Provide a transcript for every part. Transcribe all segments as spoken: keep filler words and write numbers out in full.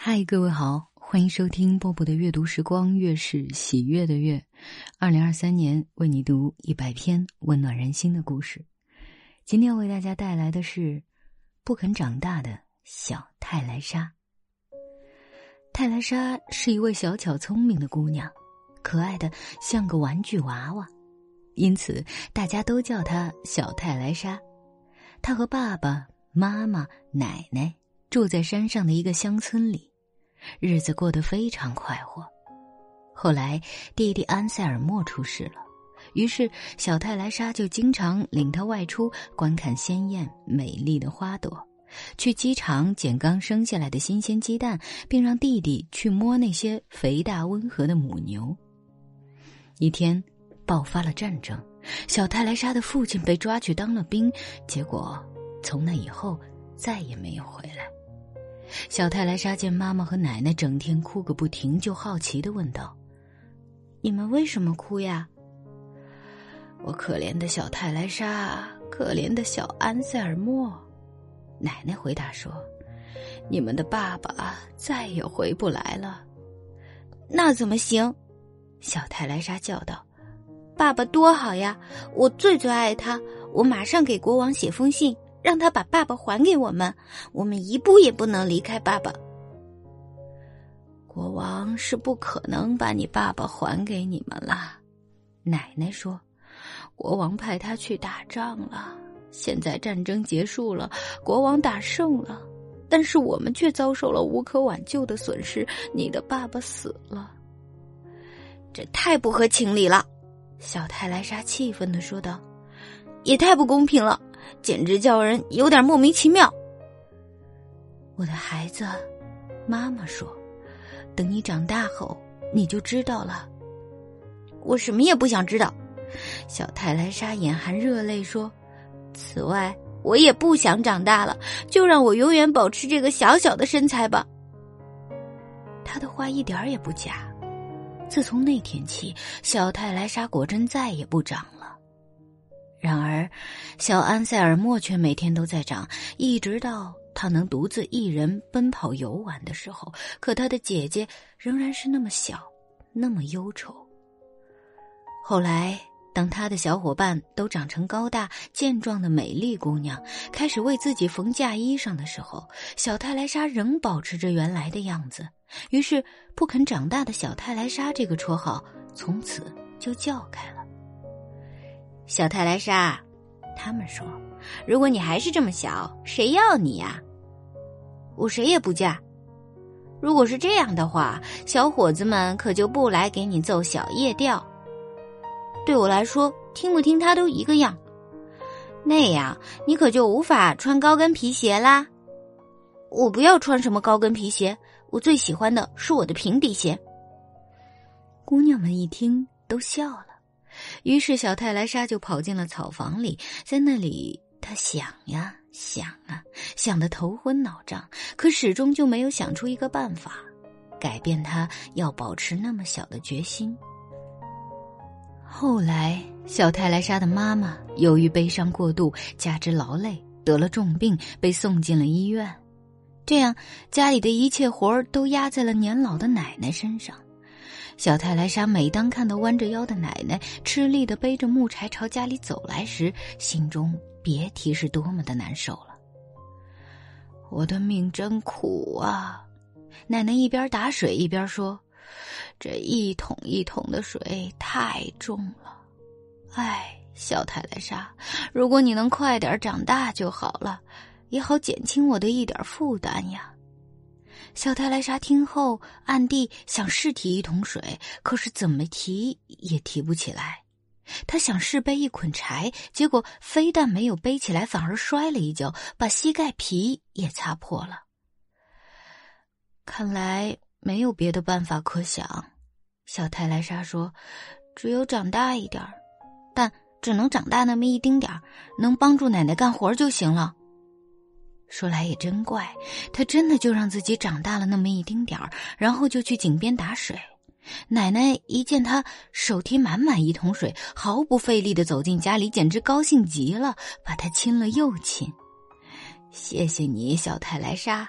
嗨，各位好，欢迎收听波波的阅读时光，月是喜悦的月。二零二三年为你读一百篇温暖人心的故事。今天为大家带来的是不肯长大的小泰莱莎。泰莱莎是一位小巧聪明的姑娘，可爱的像个玩具娃娃，因此大家都叫她小泰莱莎。她和爸爸妈妈奶奶住在山上的一个乡村里，日子过得非常快活。后来弟弟安塞尔莫出世了，于是小泰莱莎就经常领他外出观看鲜艳美丽的花朵，去机场捡刚生下来的新鲜鸡蛋，并让弟弟去摸那些肥大温和的母牛。一天爆发了战争，小泰莱莎的父亲被抓去当了兵，结果从那以后再也没有回来。小泰莱莎见妈妈和奶奶整天哭个不停，就好奇地问道：你们为什么哭呀？我可怜的小泰莱莎，可怜的小安塞尔莫。奶奶回答说：你们的爸爸再也回不来了。那怎么行？小泰莱莎叫道：爸爸多好呀，我最最爱他，我马上给国王写封信，让他把爸爸还给我们，我们一步也不能离开爸爸。国王是不可能把你爸爸还给你们了，奶奶说，国王派他去打仗了，现在战争结束了，国王打胜了，但是我们却遭受了无可挽救的损失，你的爸爸死了。这太不合情理了，小泰莱莎气愤地说道，也太不公平了，简直叫人有点莫名其妙。我的孩子，妈妈说，等你长大后你就知道了。我什么也不想知道，小泰莱莎眼含热泪说，此外我也不想长大了，就让我永远保持这个小小的身材吧。她的话一点也不假，自从那天起，小泰莱莎果真再也不长了。然而小安塞尔莫却每天都在长，一直到他能独自一人奔跑游玩的时候，可他的姐姐仍然是那么小，那么忧愁。后来当他的小伙伴都长成高大健壮的美丽姑娘，开始为自己缝嫁衣裳的时候，小泰莱莎仍保持着原来的样子，于是不肯长大的小泰莱莎这个绰号从此就叫开了。小泰莱莎，他们说，如果你还是这么小，谁要你呀？我谁也不嫁。如果是这样的话，小伙子们可就不来给你奏小夜调。对我来说，听不听它都一个样。那样你可就无法穿高跟皮鞋啦。我不要穿什么高跟皮鞋，我最喜欢的是我的平底鞋。姑娘们一听都笑了，于是小泰莱莎就跑进了草房里，在那里她想呀想啊，想得头昏脑胀，可始终就没有想出一个办法改变她要保持那么小的决心。后来小泰莱莎的妈妈由于悲伤过度加之劳累得了重病，被送进了医院，这样家里的一切活儿都压在了年老的奶奶身上。小泰莱莎每当看到弯着腰的奶奶吃力地背着木柴朝家里走来时，心中别提是多么的难受了。我的命真苦啊，奶奶一边打水一边说，这一桶一桶的水太重了。哎，小泰莱莎，如果你能快点长大就好了，也好减轻我的一点负担呀。小泰莱莎听后暗地想试提一桶水，可是怎么提也提不起来。他想试背一捆柴，结果非但没有背起来，反而摔了一跤，把膝盖皮也擦破了。看来没有别的办法可想，小泰莱莎说，只有长大一点，但只能长大那么一丁点儿，能帮助奶奶干活就行了。说来也真怪，他真的就让自己长大了那么一丁点儿，然后就去井边打水。奶奶一见他手提满满一桶水，毫不费力地走进家里，简直高兴极了，把他亲了又亲。谢谢你，小泰莱莎，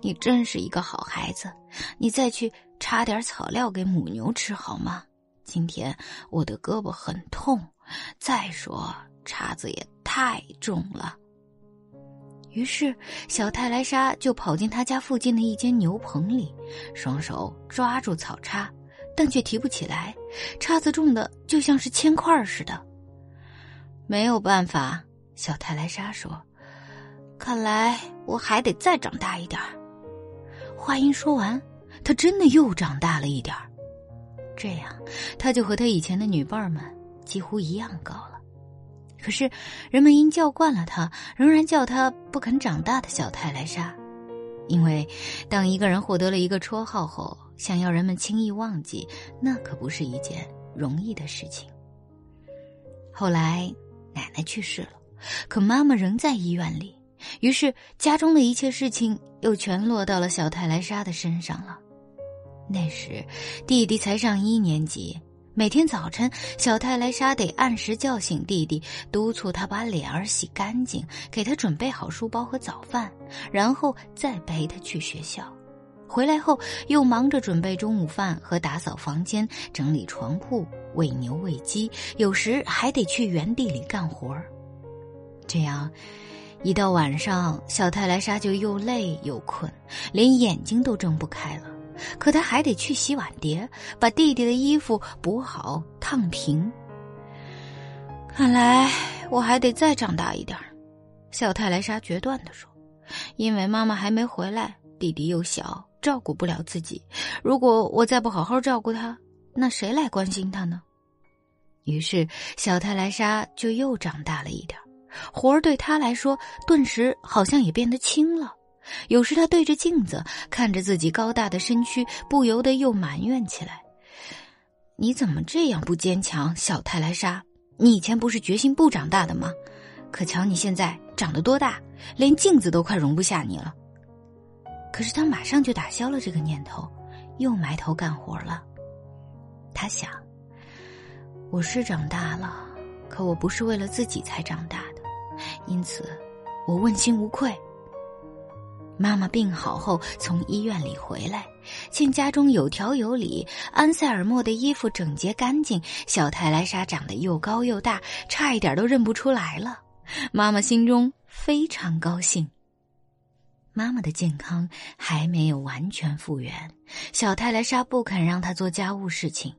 你真是一个好孩子，你再去插点草料给母牛吃好吗？今天我的胳膊很痛，再说叉子也太重了。于是小泰莱莎就跑进他家附近的一间牛棚里，双手抓住草叉，但却提不起来，叉子重的就像是铅块似的。没有办法，小泰莱莎说，看来我还得再长大一点。话音说完，他真的又长大了一点，这样他就和他以前的女伴们几乎一样高了。可是人们因叫惯了他，仍然叫他不肯长大的小泰莱莎。因为当一个人获得了一个绰号后，想要人们轻易忘记，那可不是一件容易的事情。后来奶奶去世了，可妈妈仍在医院里，于是家中的一切事情又全落到了小泰莱莎的身上了。那时弟弟才上一年级，每天早晨小泰莱莎得按时叫醒弟弟，督促他把脸儿洗干净，给他准备好书包和早饭，然后再陪他去学校。回来后又忙着准备中午饭和打扫房间，整理床铺，喂牛喂鸡，有时还得去园地里干活。这样一到晚上，小泰莱莎就又累又困，连眼睛都睁不开了。可他还得去洗碗碟，把弟弟的衣服补好烫平。看来我还得再长大一点，小泰莱莎决断地说，因为妈妈还没回来，弟弟又小，照顾不了自己，如果我再不好好照顾他，那谁来关心他呢？于是小泰莱莎就又长大了一点，活儿对他来说顿时好像也变得轻了。有时他对着镜子看着自己高大的身躯，不由得又埋怨起来，你怎么这样不坚强，小泰莱莎？你以前不是决心不长大的吗？可瞧你现在长得多大，连镜子都快容不下你了。可是他马上就打消了这个念头，又埋头干活了。他想，我是长大了，可我不是为了自己才长大的，因此我问心无愧。妈妈病好后从医院里回来，见家中有条有理，安塞尔莫的衣服整洁干净，小泰莱莎长得又高又大，差一点都认不出来了。妈妈心中非常高兴。妈妈的健康还没有完全复原，小泰莱莎不肯让她做家务事情。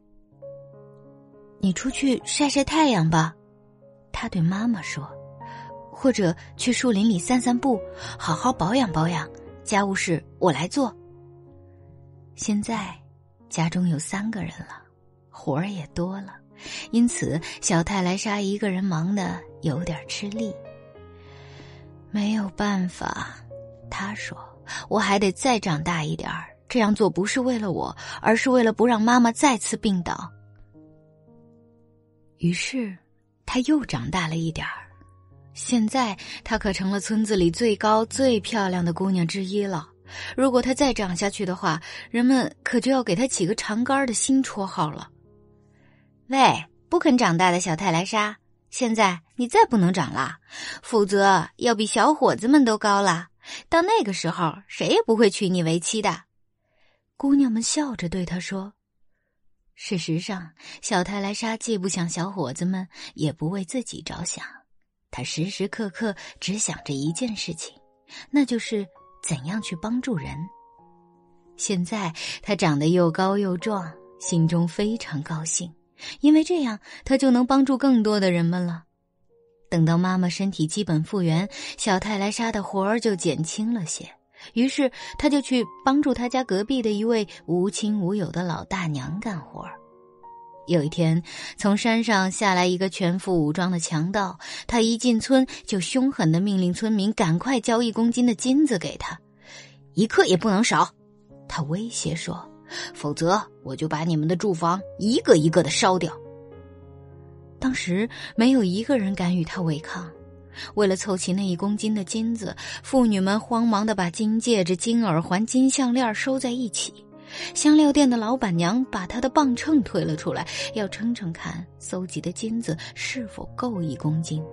你出去晒晒太阳吧，她对妈妈说，或者去树林里散散步，好好保养保养，家务事我来做。现在家中有三个人了，活儿也多了，因此小泰莱莎一个人忙得有点吃力。没有办法，她说，我还得再长大一点儿，这样做不是为了我，而是为了不让妈妈再次病倒。于是她又长大了一点儿，现在她可成了村子里最高最漂亮的姑娘之一了。如果她再长下去的话，人们可就要给她起个长杆的新绰号了。喂，不肯长大的小泰莱莎，现在你再不能长了，否则要比小伙子们都高了，到那个时候谁也不会娶你为妻的。姑娘们笑着对她说。事实上，小泰莱莎既不想小伙子们，也不为自己着想，她时时刻刻只想着一件事情，那就是怎样去帮助人。现在她长得又高又壮，心中非常高兴，因为这样她就能帮助更多的人们了。等到妈妈身体基本复原，小泰莱莎的活儿就减轻了些，于是她就去帮助她家隔壁的一位无亲无友的老大娘干活。有一天，从山上下来一个全副武装的强盗，他一进村就凶狠地命令村民赶快交一公斤的金子给他，一克也不能少。他威胁说，否则我就把你们的住房一个一个的烧掉。当时没有一个人敢与他违抗。为了凑齐那一公斤的金子，妇女们慌忙地把金戒指、金耳环、金项链收在一起。香料店的老板娘把她的磅秤推了出来，要称称看搜集的金子是否够一公斤。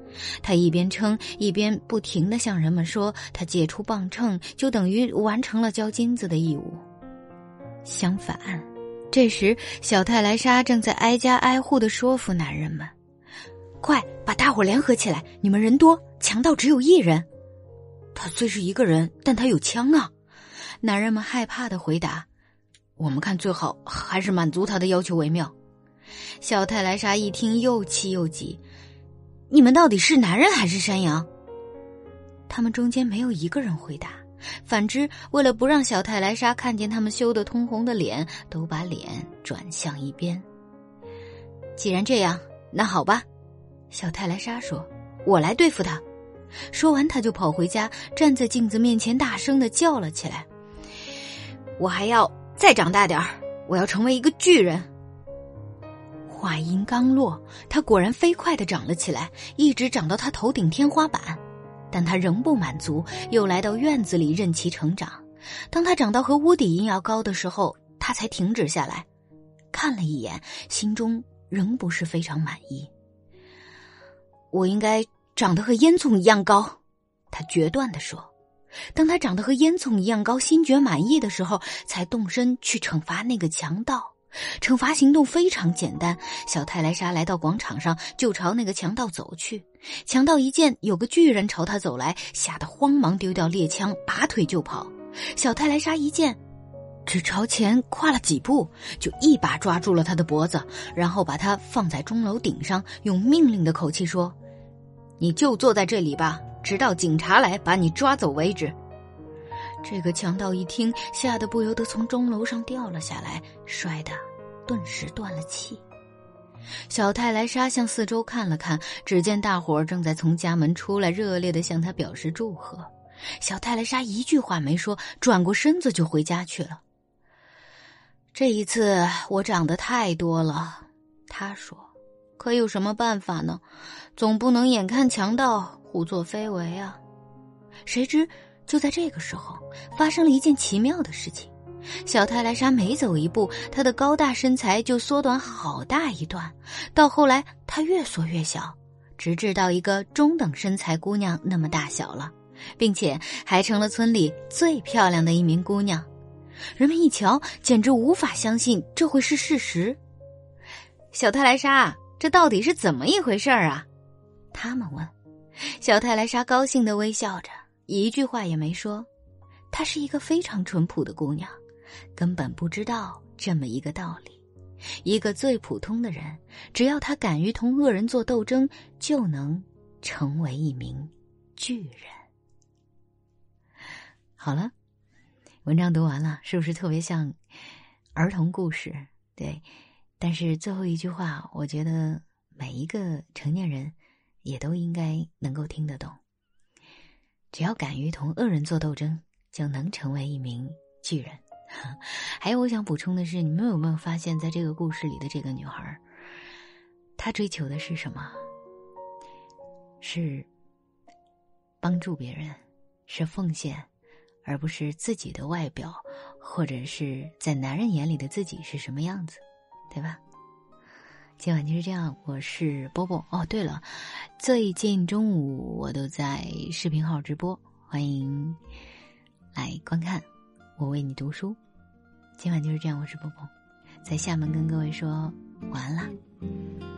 他一边称一边不停地向人们说，他解除磅秤就等于完成了交金子的义务。相反，这时小泰莱莎正在挨家挨户地说服男人们，快把大伙联合起来，你们人多，强盗只有一人。他虽是一个人，但他有枪啊。男人们害怕地回答，我们看最好还是满足他的要求为妙。小泰莱莎一听又气又急，你们到底是男人还是山羊？他们中间没有一个人回答，反之，为了不让小泰莱莎看见他们羞得通红的脸，都把脸转向一边。既然这样，那好吧，小泰莱莎说，我来对付他。说完，他就跑回家，站在镜子面前大声地叫了起来，我还要再长大点儿，我要成为一个巨人。话音刚落，他果然飞快地长了起来，一直长到他头顶天花板。但他仍不满足，又来到院子里任其成长。当他长到和屋顶一样高的时候，他才停止下来，看了一眼，心中仍不是非常满意。我应该长得和烟囱一样高，他决断地说。当他长得和烟囱一样高，心觉满意的时候，才动身去惩罚那个强盗。惩罚行动非常简单，小泰莱莎来到广场上，就朝那个强盗走去。强盗一见有个巨人朝他走来，吓得慌忙丢掉猎枪，拔腿就跑。小泰莱莎一见，只朝前跨了几步，就一把抓住了他的脖子，然后把他放在钟楼顶上，用命令的口气说，你就坐在这里吧，直到警察来把你抓走为止。这个强盗一听，吓得不由得从钟楼上掉了下来，摔得顿时断了气。小泰莱莎向四周看了看，只见大伙儿正在从家门出来，热烈地向他表示祝贺。小泰莱莎一句话没说，转过身子就回家去了。这一次我长得太多了，他说，可有什么办法呢？总不能眼看强盗胡作非为啊。谁知就在这个时候，发生了一件奇妙的事情。小泰莱莎每走一步，她的高大身材就缩短好大一段，到后来她越缩越小，直至到一个中等身材姑娘那么大小了，并且还成了村里最漂亮的一名姑娘。人们一瞧，简直无法相信这会是事实。小泰莱莎，这到底是怎么一回事啊？他们问。小泰莱莎高兴地微笑着，一句话也没说。她是一个非常淳朴的姑娘，根本不知道这么一个道理。一个最普通的人，只要他敢于同恶人做斗争，就能成为一名巨人。好了，文章读完了，是不是特别像儿童故事？对，但是最后一句话，我觉得每一个成年人也都应该能够听得懂。只要敢于同恶人做斗争，就能成为一名巨人。还有我想补充的是，你们有没有发现，在这个故事里的这个女孩，她追求的是什么？是帮助别人，是奉献，而不是自己的外表，或者是在男人眼里的自己是什么样子，对吧？今晚就是这样，我是波波。哦，对了，最近中午我都在视频号直播，欢迎来观看，我为你读书。今晚就是这样，我是波波，在厦门跟各位说晚安啦。